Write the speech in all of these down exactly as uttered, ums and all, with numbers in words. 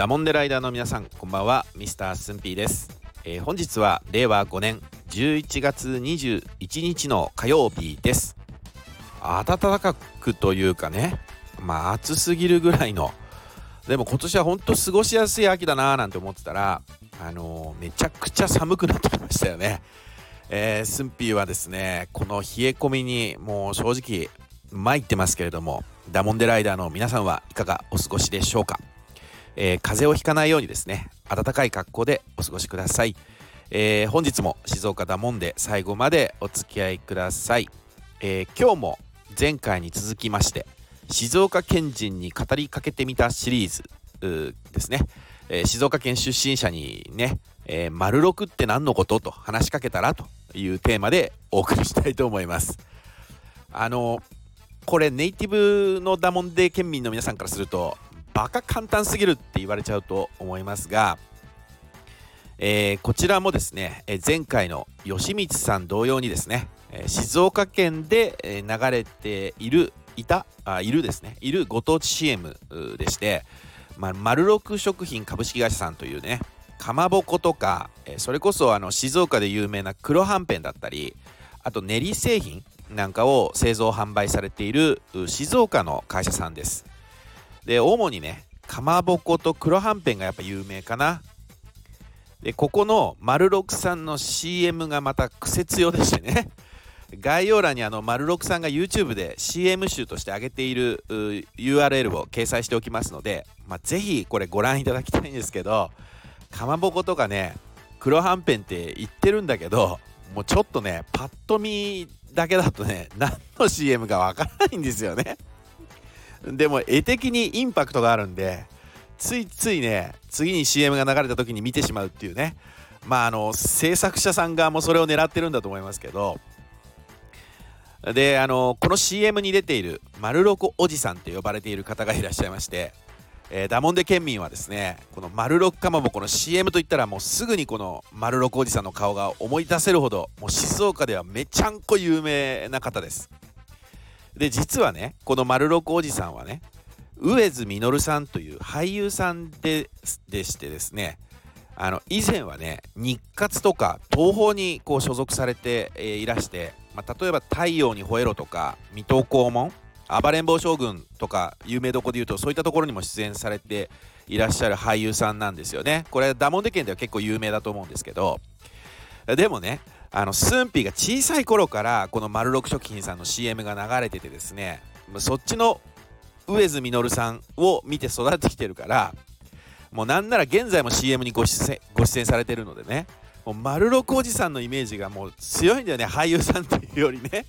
ダモンデライダーの皆さん、こんばんは。ミスタースンピーです。えー、本日はれいわごねんじゅういちがつにじゅういちにちの火曜日です。暖かくというかね、まあ暑すぎるぐらいの、でも今年は本当過ごしやすい秋だなーなんて思ってたら、あのー、めちゃくちゃ寒くなってきましたよね。えー、スンピーはですね、この冷え込みにもう正直参ってますけれども、ダモンデライダーの皆さんはいかがお過ごしでしょうか。えー、風邪をひかないようにですね、暖かい格好でお過ごしください。えー、本日も静岡ダモンで最後までお付き合いください。えー、今日も前回に続きまして静岡県人に語りかけてみたシリーズですね。えー、静岡県出身者にね、えー、丸六って何のことと話しかけたらというテーマでお送りしたいと思います。あのこれネイティブのダモンデ県民の皆さんからするとバカ簡単すぎるって言われちゃうと思いますが、えー、こちらもですね、えー、前回の吉光さん同様にですね、えー、静岡県で、えー、流れているいたあいるですねいるご当地 シーエム でして、まあ、丸六食品株式会社さんというね、かまぼことか、えー、それこそあの静岡で有名な黒はんぺんだったり、あと練り製品なんかを製造販売されている静岡の会社さんです。で、主にね、かまぼこと黒はんぺんがやっぱ有名かな。で、ここの丸六さんの シーエム がまた癖強でしてね、概要欄にあの丸六さんが YouTube で シーエム 集として上げている ユーアールエル を掲載しておきますので、まあ、ぜひこれご覧いただきたいんですけど、かまぼことかね、黒はんぺんって言ってるんだけど、もうちょっとね、パッと見だけだとね、何の シーエム かわからないんですよね。でも絵的にインパクトがあるんで、ついついね、次に シーエム が流れた時に見てしまうっていうね、まああの制作者さん側もそれを狙ってるんだと思いますけど、であのこの シーエム に出ている丸六おじさんって呼ばれている方がいらっしゃいまして、えー、ダモンデ県民はですね、この丸六かまぼこの シーエム といったらもうすぐにこの丸六おじさんの顔が思い出せるほど、もう静岡ではめちゃんこ有名な方です。で、実はね、この丸六おじさんはね、上津実さんという俳優さん で, でしてですね、あの以前はね、日活とか東宝にこう所属されて、えー、いらして、まあ、例えば太陽に吠えろとか水戸黄門、暴れん坊将軍とか有名どこで言うとそういったところにも出演されていらっしゃる俳優さんなんですよね。これダモンデ県では結構有名だと思うんですけど、でもね、あのスンピーが小さい頃からこの丸六食品さんの シーエム が流れててですね、そっちの上津実さんを見て育ってきてるから、もうなんなら現在も シーエム にご出演、ご出演されてるのでね、もう丸六おじさんのイメージがもう強いんだよね、俳優さんというよりね。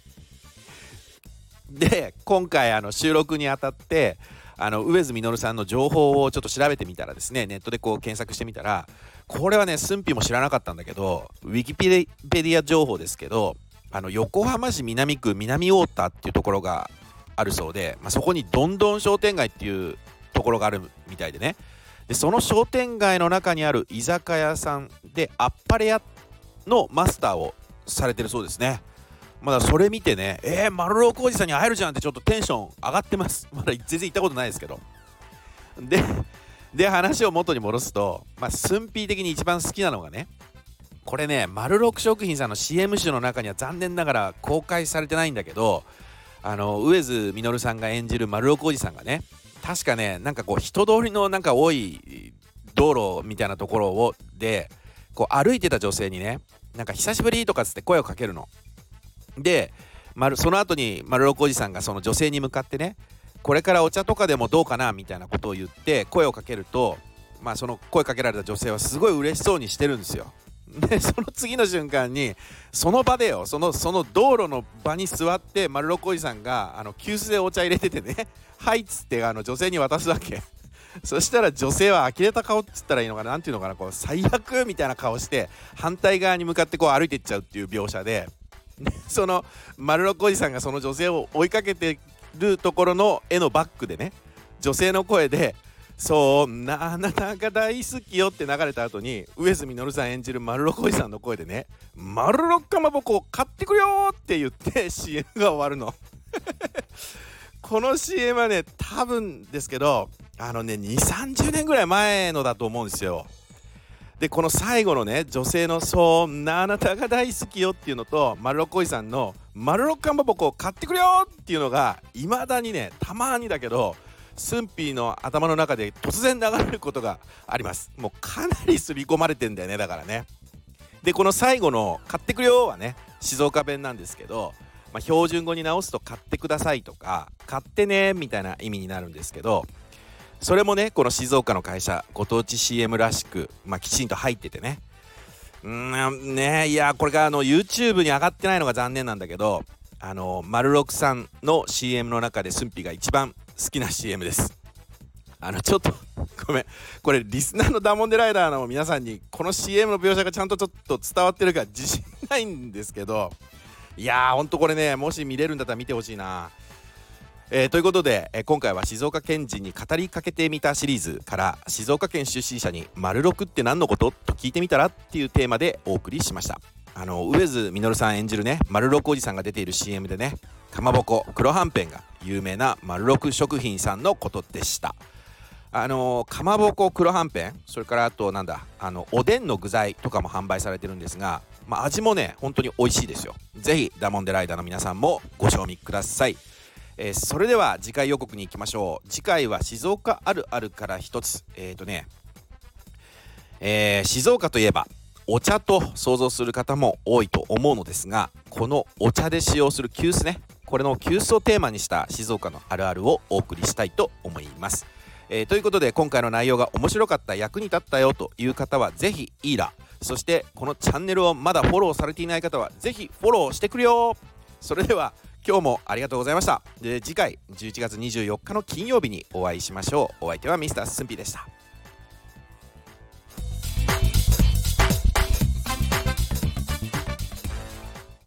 で、今回あの収録にあたってあの上津実さんの情報をちょっと調べてみたらですね、ネットでこう検索してみたら、これはね、スンピーも知らなかったんだけど、ウィキペディア情報ですけど、あの横浜市南区南太田っていうところがあるそうで、まあ、そこにどんどん商店街っていうところがあるみたいでね、でその商店街の中にある居酒屋さんであっぱれ屋のマスターをされてるそうですね。まだそれ見てね、えー、丸六おじさんに会えるじゃんってちょっとテンション上がってます。まだ全然行ったことないですけど。でで話を元に戻すと、まあ、スンピー的に一番好きなのがね、これね、丸六食品さんの シーエム 集の中には残念ながら公開されてないんだけど、あの上津実さんが演じる丸六おじさんがね、確かね、なんかこう人通りのなんか多い道路みたいなところをでこう歩いてた女性にね、なんか久しぶりとかつって声をかけるので、その後に丸六おじさんがその女性に向かってね、これからお茶とかでもどうかなみたいなことを言って声をかけると、まあその声かけられた女性はすごい嬉しそうにしてるんですよ。でその次の瞬間にその場でよ、そのその道路の場に座って丸六おじさんがあの急須でお茶入れててね、はいっつってあの女性に渡すわけ。そしたら女性は呆れた顔っつったらいいのかな、なんていうのかな、こう最悪みたいな顔して反対側に向かってこう歩いていっちゃうっていう描写で、その丸六おじさんがその女性を追いかけてるところの絵のバックでね、女性の声でそんなあなたが大好きよって流れた後に上津実さん演じる丸六おじさんの声でね、丸六かまぼこ買ってくるよって言って シーエム が終わるのこの シーエム はね、多分ですけどあのねにじゅうさんじゅうねんぐらい前のだと思うんですよ。でこの最後のね女性のそんなあなたが大好きよっていうのと丸六おじさんの丸六かまぼこを買ってくれよっていうのがいまだにねたまにだけどスンピーの頭の中で突然流れることがあります。もうかなり刷り込まれてんだよね。だからね。でこの最後の買ってくれよはね静岡弁なんですけど、まあ、標準語に直すと買ってくださいとか買ってねみたいな意味になるんですけど、それもねこの静岡の会社ご当地 シーエム らしく、まあ、きちんと入っててねうーんねいやこれがあの YouTube に上がってないのが残念なんだけど、あの丸六さんの シーエム の中でスンピが一番好きな シーエム です。あのちょっとごめん、これリスナーのダモンデライダーの皆さんにこの シーエム の描写がちゃんとちょっと伝わってるか自信ないんですけど、いやーほんとこれねもし見れるんだったら見てほしいな。えー、ということで、えー、今回は静岡県人に語りかけてみたシリーズから静岡県出身者に丸六って何のことと聞いてみたらっていうテーマでお送りしました。あの上津実さん演じるね丸六おじさんが出ている シーエム でねかまぼこ黒はんぺんが有名な丸六食品さんのことでした。あのかまぼこ黒はんぺんそれからあとなんだあのおでんの具材とかも販売されてるんですが、まあ、味もね本当に美味しいですよ。ぜひダモンデライダーの皆さんもご賞味ください。えー、それでは次回予告に行きましょう。次回は静岡あるあるから一つえっ、ー、とね、えー、静岡といえばお茶と想像する方も多いと思うのですが、このお茶で使用する急須ね、これの急須をテーマにした静岡のあるあるをお送りしたいと思います。えー、ということで今回の内容が面白かった、役に立ったよという方はぜひいいら、そしてこのチャンネルをまだフォローされていない方はぜひフォローしてくれよ。それでは今日もありがとうございました。で次回じゅういちがつにじゅうよっかの金曜日にお会いしましょう。お相手はミスタースンピーでした。